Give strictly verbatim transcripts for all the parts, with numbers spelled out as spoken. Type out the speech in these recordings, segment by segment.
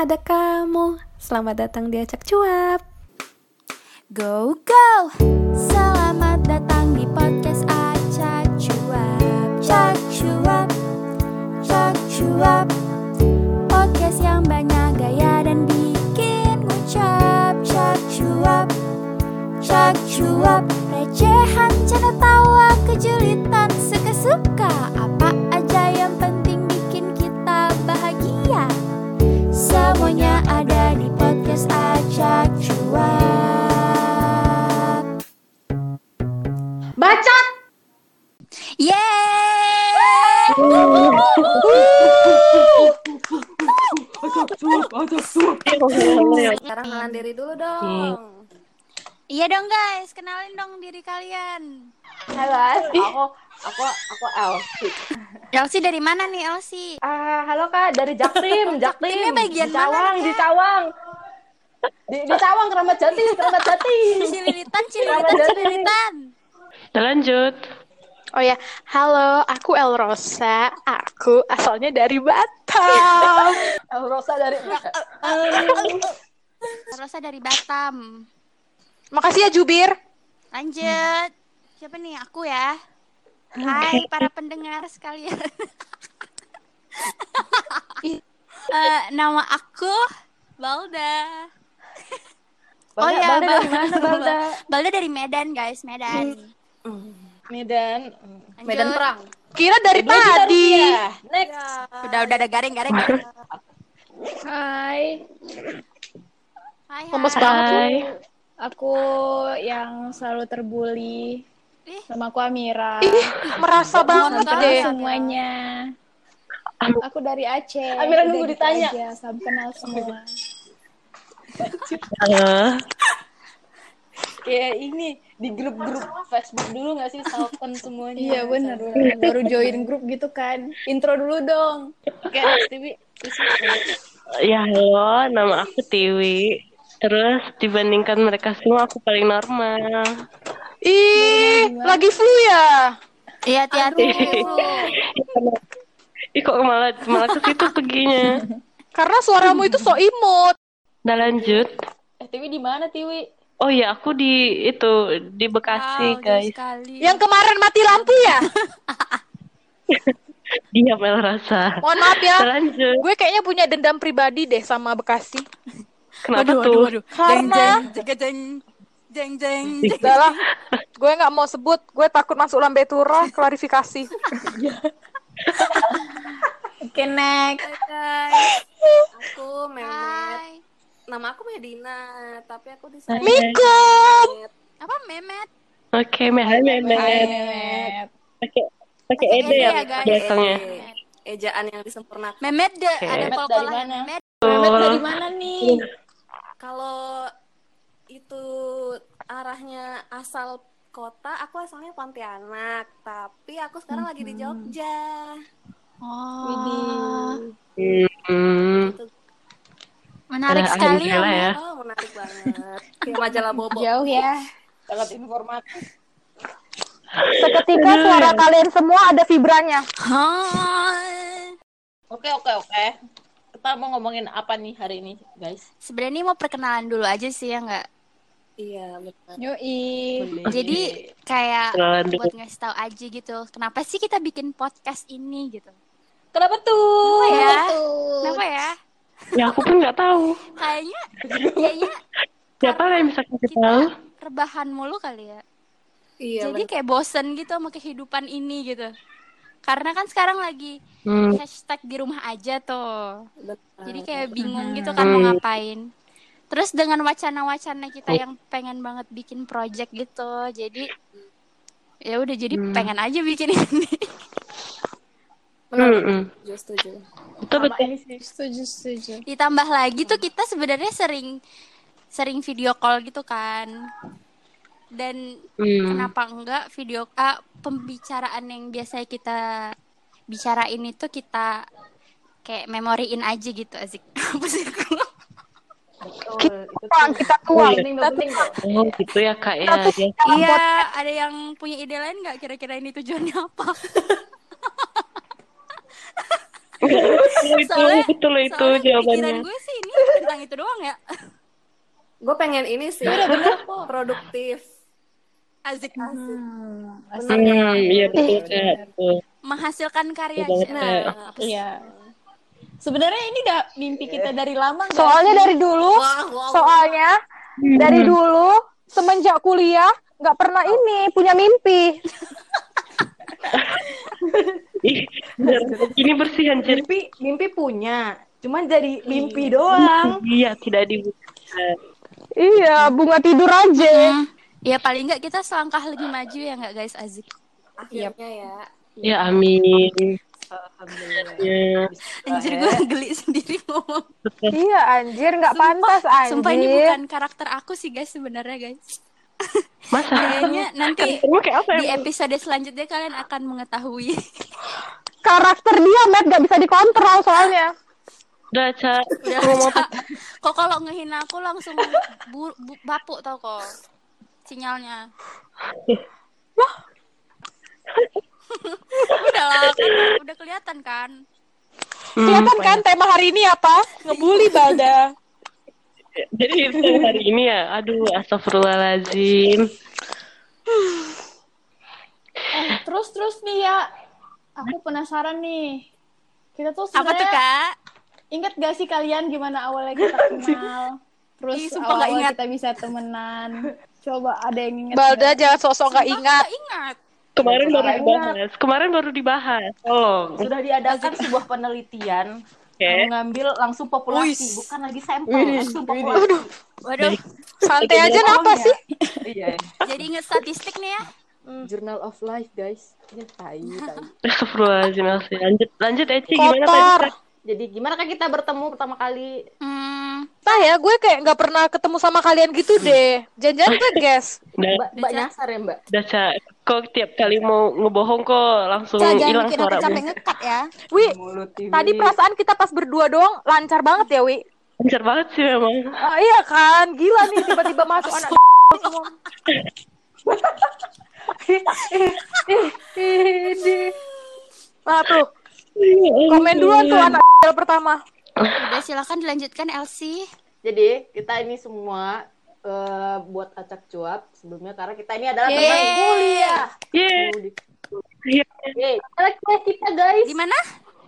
ada kamu. Selamat datang di Acak Cuap. Go go, selamat datang di podcast Acak Cuap. Cak Cuap, Cak Cuap, podcast yang banyak gaya dan bikin ngucap. Cak Cuap, Cak Cuap, recehan, canda tawa, kejulitan, suka-suka, apa aja yang penting bikin kita bahagia. Semuanya ada di podcast Acak Cuap. Bacot. Yeay! Sekarang kenalan diri dulu dong. Iya dong guys, kenalin dong diri kalian. Halo, aku aku aku Elsie. Elsie dari mana nih Elsie? Ah, halo Kak, dari Jaktim, Jaktim. Jaktimnya bagian di Cawang, mana nih, di Kak? Cawang. Di di Cawang, Keramat Jati, Keramat Jati. Cililitan, Keramat cililitan, Jati. cililitan. Lanjut. Oh ya, halo, aku El Rosa. Aku asalnya dari Batam. El Rosa dari Rosa dari Batam. Makasih ya Jubir. Lanjut. Siapa nih? Aku ya. Hai para pendengar sekalian. Eh, nama aku Balda. Balda, oh ya, Balda dari mana, Balda? Balda dari Medan, guys, Medan. Medan, Lanjut. Medan perang. Kira dari dua juta tadi. rupiah. Next. Udah udah ada garing-garing. Hai, Hai, Lemes hai. banget. Hai. aku yang selalu terbuli. Ih. Nama aku Amira. Ih, merasa banget Salam deh. Semuanya. Aku dari Aceh. Amira Udah nunggu gitu ditanya. aja, salam kenal semua. Halo. Kayak ini di grup-grup Facebook dulu nggak sih, salpen semuanya. Iya benar, benar. Baru join grup gitu kan. Intro dulu dong. Oke, next Tiwi. Ya halo, nama aku Tiwi. Terus dibandingkan mereka semua aku paling normal. Ih, lagi flu ya? Iya, hati-hati. Ih kok malah malah ke situ perginya. Karena suaramu itu so imut. Udah lanjut. Eh, Tiwi di mana, Tiwi? Oh iya, aku di itu di Bekasi, Wow, jauh guys. sekali. Yang kemarin mati lampu ya? Dia Mel rasa. Mohon maaf ya. Udah lanjut. Gue kayaknya punya dendam pribadi deh sama Bekasi. Kenapa Waduh, tuh? waduh, waduh. Jeng, Karena jeng, jeng, jeng, jeng, jeng, jeng. udah lah, gue nggak mau sebut. Gue takut masuk lambe tura. Klarifikasi. Oke, next. Hai guys. Aku Memet. Hai. Nama aku Medina, tapi aku disayang. Mikum. Apa Memet? Oke, Mel, hai Mel. Net. Pakai pakai Pakai ede ede ya ya, guys. belakangnya. Ejaan Ejaan yang disempurnakan. Memet deh, Oke. ada Memet kol-kolan dari mana? Memet. Memet Betul. dari mana nih? Kalau itu arahnya asal kota, aku asalnya Pontianak, tapi aku sekarang lagi di Jogja. Oh, Hmm. Gitu. menarik Eh, sekali ya. alhamdulillah ya. Met. Oh, menarik banget. Kayak majalah Bobo. Jauh ya. Sangat informatif. Seketika suara kalian semua ada vibranya. Hai. Oke, oke, oke. Kita mau ngomongin apa nih hari ini, guys? Sebenarnya ini mau perkenalan dulu aja sih ya nggak? Iya, betul. Yoi. Jadi kayak Kenalan dulu. buat ngasih tahu aja gitu. Kenapa sih kita bikin podcast ini gitu? Kenapa tuh? Kenapa ya? Betul. Kenapa ya? Ya aku pun nggak tahu. Kayaknya, kayaknya Siapa yang bisa kasih kita tahu? rebahan mulu kali ya. Iya, Jadi kayak bosen gitu sama kehidupan ini gitu. Karena kan sekarang lagi Hmm. hashtag di rumah aja tuh. betul. Jadi kayak bingung gitu kan mau Hmm. ngapain. Terus dengan wacana-wacana kita yang pengen banget bikin project gitu. Jadi ya udah jadi Hmm. pengen aja bikin ini. Benar, Hmm, hmm. setuju, setuju. Betul betul. Setuju, setuju. Ditambah lagi tuh kita sebenarnya sering sering video call gitu kan. Dan Hmm. kenapa enggak video ah, pembicaraan yang biasa kita bicarain itu kita kayak memoriin aja gitu asik. Apa sih? Betul, itu Tuang, tuh. kita tuang. Penting tuh, penting tuh. Oh gitu ya kak ya. ya. Iya, ada yang punya ide lain nggak kira-kira ini tujuannya apa? itu Soalnya- betul itu Soalnya pikiran jawabannya. gue sih ini tentang itu doang ya. Gue pengen ini sih. Udah bener kok. Produktif. Asik. Hmm, Hmm, iya betul Kak. Betul. Menghasilkan karya. Betul banget, Nah, Nah, apa sih? Iya. Sebenarnya ini udah mimpi kita dari lama nggak Soalnya sih? dari dulu, Wah, wow. soalnya dari dulu semenjak kuliah nggak pernah ini punya mimpi. Ih, bener. Ini bersih anjir. Mimpi, mimpi punya. Cuman jadi mimpi doang. Iya, tidak dibuka. Iya, bunga tidur aja. Hmm. Ya paling nggak kita selangkah lebih maju ya nggak guys Azik. Akhirnya ya. Ya amin. Alhamdulillah. Ya. Anjir gue geli sendiri ngomong. Iya anjir, nggak pantas anjir. Sumpah ini bukan karakter aku sih guys sebenarnya guys. Masa? Kayaknya nanti Kamu kayak apa di ya? episode selanjutnya kalian akan mengetahui. Karakter dia, Matt, nggak bisa dikontrol soalnya. Udah, Ca. Udah, Aku mau Ca. Kok kalau ngehina aku langsung bu, bu, bapuk tau kok sinyalnya. Udah lah, kan udah kelihatan kan. Hmm, Kelihatan kan tema hari ini apa? Ngebully Balda. Jadi itu hari ini ya. Aduh, astagfirullahaladzim. Eh, terus terus nih ya, aku penasaran nih. Kita tuh Apa tuh sebenarnya kak? ingat gak sih kalian gimana awalnya kita kenal? Terus Ih, sumpah nggak awal ingat. kita bisa temenan. Coba ada yang ingat? Balda nggak? jangan sosok nggak Sumpah ingat. nggak ingat. Kemarin baru Ingat. dibahas. Kemarin baru dibahas. Tolong. Sudah diadakan sebuah penelitian. Oke. Mengambil langsung populasi, Wih. bukan lagi sampel, Widih, langsung widih. populasi. Waduh, Santai aja napa sih? Iya. jadi inget statistik nih ya. Journal of Life, guys. Ya, tai, tai. Astagfirullahaladzim, Elsie. Lanjut, lanjut Eci. Gimana Kotor. tadi? Jadi gimana kan kita bertemu pertama kali? Hmm, Nah ya, gue kayak nggak pernah ketemu sama kalian gitu deh. Jangan-jangan gue guys. Udah, Mbak, Mbak nyasar ya, Mbak? udah, Ca. Kok tiap kali mau ngebohong kok langsung Ca, jangan hilang bikin aku suaramu. capek ngekat ya. Wi, Mulut T V. tadi perasaan kita pas berdua doang lancar banget ya, Wi. Lancar banget sih memang. Ah, iya kan, gila nih tiba-tiba masuk anak semua. Ini. Nah tuh, komen duluan tuh anak pertama. Udah silakan dilanjutkan Elsie. Jadi kita ini semua eh, buat acak cuap sebelumnya karena kita ini adalah Yeay. teman kuliah. Yeay. Iya. Yeay. Kita, kita guys. Di mana?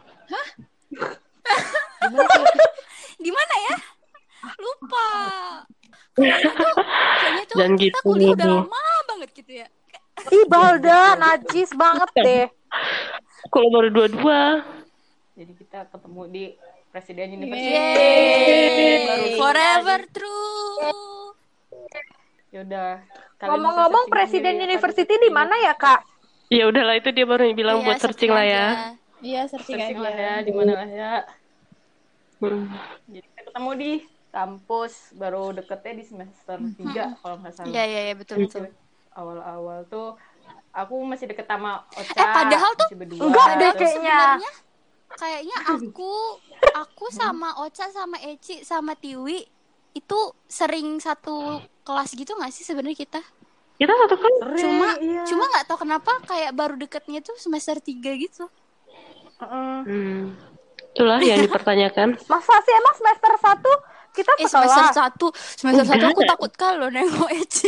Di mana ya? Lupa. Kayaknya tuh, kayaknya tuh Dan kita gitu. kuliah udah lama banget gitu ya. Ih, Balda, najis banget deh. Kalau baru dua-dua. Jadi kita ketemu di Presiden University. Yeay. Baru Forever true. Ya udah. Ngomong-ngomong, Presiden University di mana ya, Kak? Ya udahlah, itu dia baru bilang Iya, buat searching lah ya. aja. Iya, searching Searching lah aja. ya, di mana lah ya. Hmm. Jadi kita ketemu di kampus, baru deketnya di semester tiga kalau nggak salah. Iya, iya, iya, betul betul. Awal-awal tuh aku masih deket sama Ocha. Eh, padahal tuh masih berdua. enggak deh, Terus kayaknya. Sebenarnya kayaknya aku aku sama Ocha sama Eci sama Tiwi itu sering satu kelas gitu nggak sih sebenarnya kita? Kita satu kan. sering, Cuma iya. cuma nggak tahu kenapa kayak baru deketnya tuh semester tiga gitu. Heeh. Hmm. Itulah yang dipertanyakan. Masa sih emang semester satu kita Eh semester sekelas? satu semester satu Enggak. aku takut kalau nengok Eci.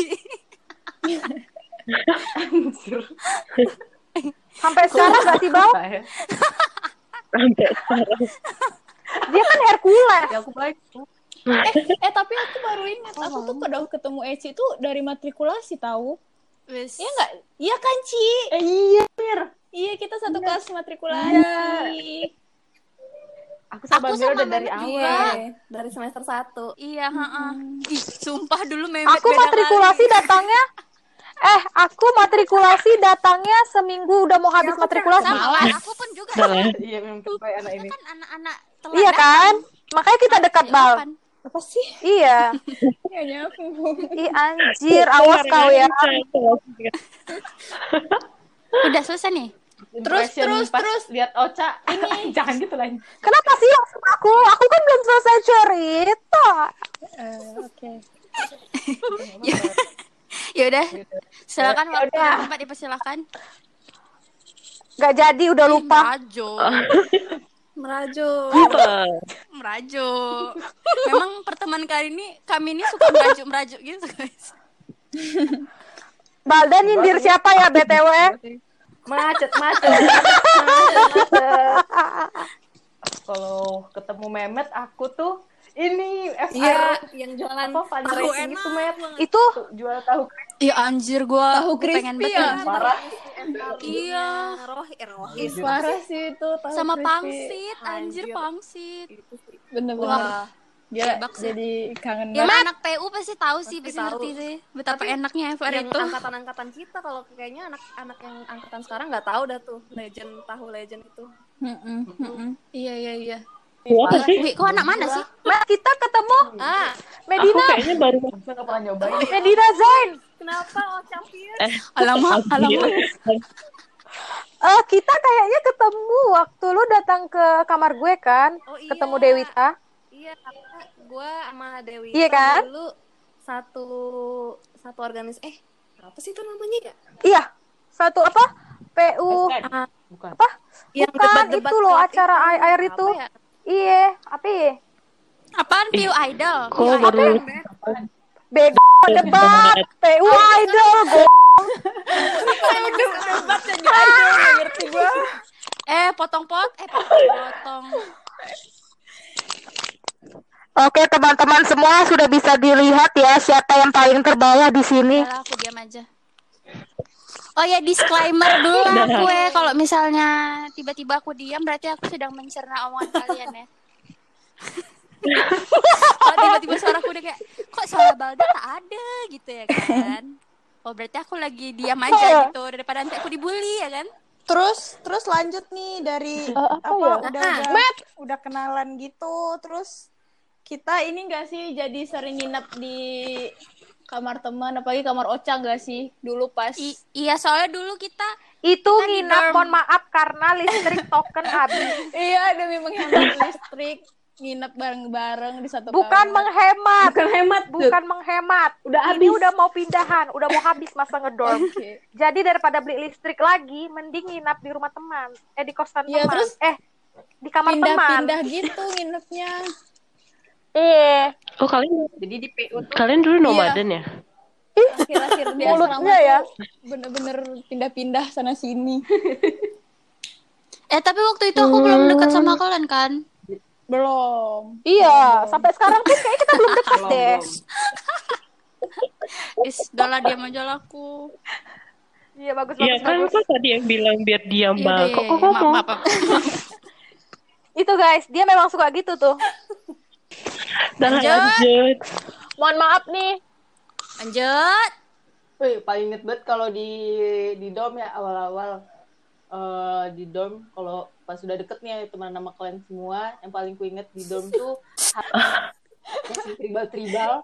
Anjir. Sampai sekarang gak sih, Bau? Saya. Sampai sekarang. Dia kan Hercules. Ya aku baik. Eh, tapi aku baru ingat, aku tuh udah ketemu Eci tuh dari matrikulasi tahu. Wes. Iya nggak? Iya kan, Ci? Eh, iya, Mir. Iya, kita satu kelas matrikulasi. Aku sama Aku Mira sama udah dari Mehmet awal. Iya, dari semester satu. Iya, heeh. Ih, sumpah dulu Mehmet Aku beda matrikulasi kali. datangnya Eh, aku matrikulasi datangnya seminggu udah mau habis matrikulasi. Sama kan, aku pun juga. Udah lah. Iya, memang terbaik anak ini. Kan anak-anak telat Iya datang. kan? Makanya kita dekat, Bal. Delapan. Apa sih? Iya. Nggak nyambung. Ih, anjir, awas kau ya. Udah selesai nih. Terus, Impression terus, pas terus. lihat Ocha ini jangan gitu lah. Kenapa sih langsung aku? Aku kan belum selesai cerita. Eh, Oke. Ya udah. Silakan waktu udah. dan tempat dipersilakan. Gak jadi, udah lupa. Ajo. Merajuk. Apa? Merajuk. Memang pertemanan kali ini kami ini suka merajuk-merajuk gitu, guys. Baldan nyindir siapa ya B T W? Macet, macet. Macet, macet. Kalau ketemu Mehmet, aku tuh ini F R Iya, yang jualan apa Fun tahu Racing enak itu Met. Itu Tuh, jual tahu Iya anjir gue Tahu pengen crispy banget. ya? parah. Iya. Rohi, eh, Rohi. Parah sih itu tahu Sama crispy. pangsit, anjir Anjir. pangsit. Itu sih. Bener-bener. Wah, Dia Hebak sih. jadi kangen Ya banget. anak P U pasti tahu sih, Pasti pasti tahu. ngerti sih betapa Tapi enaknya F R yang itu. angkatan-angkatan kita kalau kayaknya anak-anak yang angkatan sekarang nggak tahu dah tuh legend tahu legend itu. Mm-mm, mm-mm. Iya iya iya. Apa sih? Wih, kok anak mana sih? Mas kita ketemu Ah, Aku Medina, kayaknya baru Saya nggak pernah nyobain. Medina Zain. kenapa oh campir? eh Alamak, alamak. Eh kita kayaknya ketemu waktu lu datang ke kamar gue kan, Oh, iya. ketemu Dewita. Iya, karena gue sama Dewi Iya kan? dulu satu satu organis eh apa sih itu namanya ya? Iya, satu apa? P U. Ah, bukan. Apa? Yang Bukan, debat-debat itu loh, klub acara air-air Apa itu. ya? Iya, apa ya? Apaan P U Idol? kok baru Bego debat, P U Idol, go. Debat jadi idol, nggak ngerti gua. Eh, potong-pot, eh potong-potong. Oke, teman-teman semua sudah bisa dilihat ya siapa yang paling terbawah di sini. Yalah, aku diam aja. Oh ya, disclaimer dulu lah gue. Kalau misalnya tiba-tiba aku diam, berarti aku sedang mencerna omongan kalian ya. Kalau tiba-tiba suara aku udah kayak, kok suara Balda tak ada gitu ya kan. Oh berarti aku lagi diam aja gitu, daripada nanti aku dibully ya kan. Terus terus lanjut nih dari apa apa ya? udah udah Matt. udah kenalan gitu, terus kita ini enggak sih jadi sering nginep di kamar teman, apalagi kamar Ocha enggak sih dulu pas I- iya soalnya dulu kita Itu Kita di nginap, dorm. mohon maaf karena listrik token habis. iya demi menghemat listrik nginep bareng-bareng di satu Bukan kamar. menghemat, Bukan hemat, bukan menghemat. Udah Ini habis. udah mau pindahan, udah mau habis masa ngedorm. Oke. Jadi daripada beli listrik lagi, mending nginap di rumah teman. Eh di kosan Iya, teman. terus eh di kamar teman. Pindah-pindah gitu nginepnya. Iya. oh kalian Jadi di P U tuh kalian dulu nomaden ya? Akhir-akhir dia Mulutnya asrama ya. tuh bener-bener pindah-pindah sana sini. eh tapi waktu itu aku belum dekat sama kalian kan. Belum. Iya, sampai sekarang pun kayaknya kita belum dekat belum, deh. belum. Is, udah lah diam aja lah aku. Iya, bagus Iya bagus kan bagus. kok tadi yang bilang biar diam Iya, bang. iya, Kok iya, kok maaf, ngomong? maaf, maaf. Itu guys, dia memang suka gitu tuh. Dah Lanjut. lanjut. Mohon maaf nih. Lanjut. Wih, paling inget banget kalau di di dorm ya awal-awal eh di dorm kalau pas sudah deket nih teman sama kalian semua, yang paling ku inget di dorm tuh masih tribal-tribal.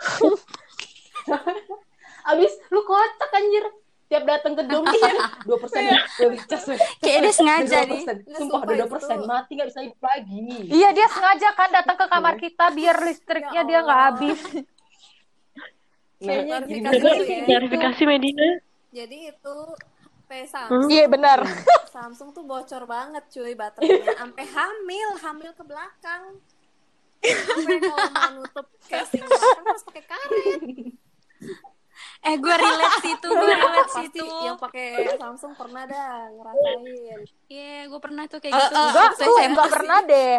Abis lu kocak anjir. Tiap datang ke dorm dua persen cas. Kayak dia sengaja nih. Sumpah udah dua persen mati nggak bisa hidup lagi. Iya, dia sengaja kan datang ke kamar kita biar listriknya dia nggak habis. Nah, Kayaknya jadi klarifikasi bener dulu ya. Klarifikasi Medina. Jadi itu P Samsung, Iya, benar. Samsung tuh bocor banget cuy baterainya, sampai hamil, hamil ke belakang. Sampai kalau mau nutup casing belakang harus pakai karet. Eh gue relate situ, gue relate Pasti situ. yang pakai Samsung pernah dah ngerasain. Iya, gue pernah tuh kayak Eh, gitu. eh, Enggak, Waktu tuh S M P. enggak pernah deh.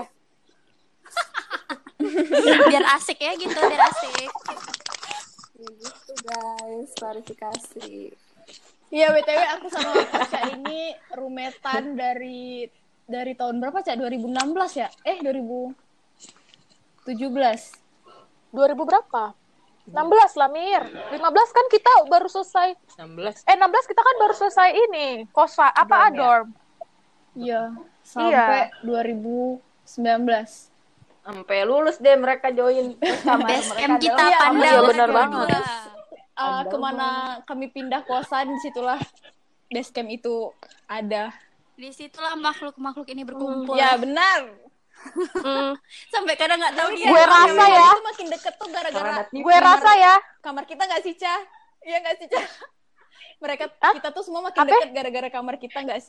Biar asik ya gitu, biar asik. Ya gitu guys, klarifikasi. Iya, B T W aku sama Ocha ini rumetan dari dari tahun berapa, Cak? dua ribu enam belas ya? Eh, dua ribu tujuh belas. dua ribu berapa? enam belas lah, Mir. lima belas kan kita baru selesai. enam belas Eh, enam belas kita kan baru selesai ini. Kosa, apa adorm? Iya, sampai dua ribu sembilan belas. sampai lulus deh mereka join sama Base mereka camp kita adalah- Iya, pandang. iya, benar banget. Uh, kemana kami pindah kosan, disitulah base camp itu ada. Disitulah makhluk-makhluk ini berkumpul. Ya benar. Hmm, Sampai kadang nggak tahu dia. gue rasa ya, Itu makin deket tuh gara-gara Karena T V. gue rasa ya. kamar kita nggak sih, Cah? Iya nggak sih, Cah? Mereka Hah? kita tuh semua makin Apa? deket gara-gara kamar kita nggak sih?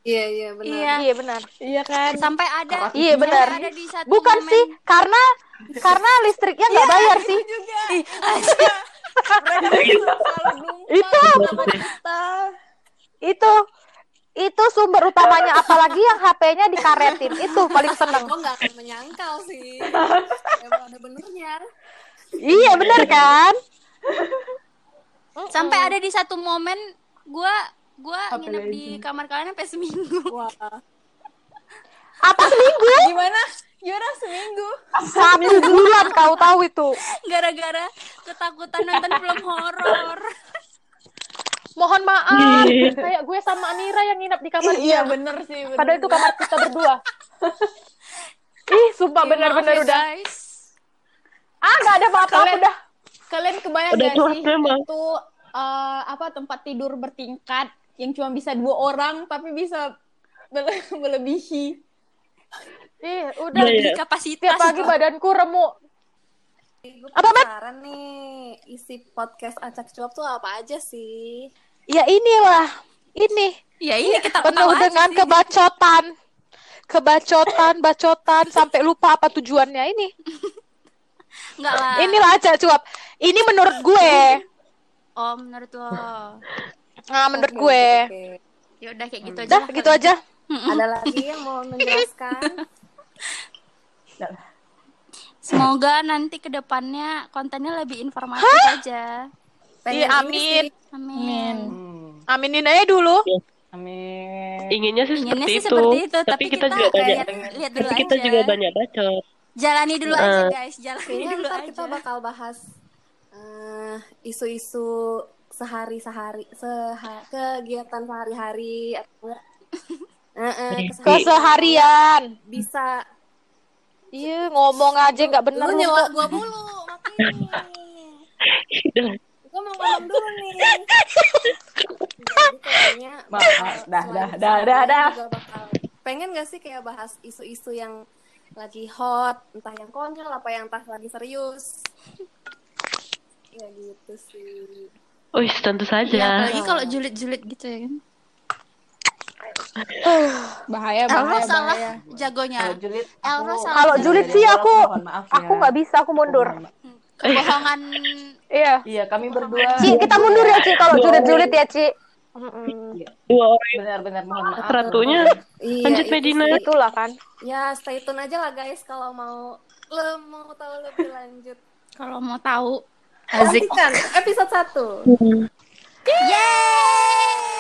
Iya, iya benar. Iya. Iya benar. Iya kan? Sampai ada Iya, sampai benar. ada di satu Bukan momen. sih, karena karena listriknya nggak bayar sih. juga. Ih, anjir. Mereka selalu numpang Itu. sama kita. Itu itu sumber utamanya, apalagi yang H P-nya dikaretin. Itu paling seneng. Gue nggak akan menyangkal sih. Emang ada benernya. Iya benar kan? Sampai ada di satu momen gua gua Apa nginep lagi? di kamar kalian sampai seminggu. Wah. Apa seminggu? Gimana? Gimana seminggu? Satu bulan kau tahu itu. Gara-gara ketakutan nonton film horor. Mohon maaf, kayak gue sama Anira yang nginep di kamar dia. Iya bener sih. Bener. Padahal itu kamar kita berdua. Ih, sumpah benar-benar Maaf ya, udah. guys. Ah, nggak ada apa-apa Kalian- udah. Kalian kebayang Udah gak tua sih memang. itu eh, apa tempat tidur bertingkat yang cuma bisa dua orang tapi bisa mele- melebihi. Ih, udah. Iya, Lebih iya. kapasitas. Tiap pagi badanku remuk. Gue Apa, Bet? penasaran nih, isi podcast Acak Cuap tuh apa aja sih? Ya inilah, ini Ya ini kita penuh ketawa aja dengan sih. kebacotan. Kebacotan, bacotan sampai lupa apa tujuannya ini. Enggak lah. Inilah aja cuap. Ini menurut gue. Oh, menurut lo. Nah, menurut Oke, gue. oke, oke. Ya udah kayak gitu aja. Dah, lah gitu kali. aja. Ada lagi yang mau menjelaskan? Semoga nanti ke depannya kontennya lebih informatif aja. Iya, ini amin. sih. Amin. Hmm. Aminin aja dulu. Amin. Inginnya sih Inginnya seperti sih itu. seperti itu, Tapi, tapi kita, kita juga banyak. lihat, lihat dulu Tapi kita aja. juga banyak bacot. Jalani dulu Uh. aja guys, jalani Kayaknya dulu ntar aja. kita bakal bahas eh, isu-isu sehari-sehari, seha- kegiatan sehari-hari atau eh, eh, keseharian. Keseharian. Bisa. Iya, ngomong aja nggak bener Lu lu nyela kok. gua mulu, makanya. Gua mau ngomong dulu nih. Jadi kayaknya Maaf, bakal dah, selain dah, dah, keseharian dah, dah. juga bakal- pengen gak sih kayak bahas isu-isu yang lagi hot, entah yang konyol apa yang entah lagi serius. Ya gitu sih. Wih, tentu saja. Ya, apalagi kalau julid-julid gitu ya kan. Bahaya, Elro bahaya, salah bahaya. jagonya. Kalau julid, Elro aku- salah Kalau jagonya. julid sih aku Mohon maaf ya. aku nggak bisa, aku mundur. Mohon maaf. Kebohongan. Iya. Iya, kami berdua. Ci, kita mundur ya, Ci, kalau julid-julid ya, Ci. Mm-mm. Dua orang Benar-benar mohon maaf. ratunya. Iya, Lanjut, itu Medina. sih. Itulah kan. Ya stay tune aja lah guys kalau mau lo mau tahu lebih lanjut. Kalau mau tahu Azik. Nantikan episode satu. Yeay!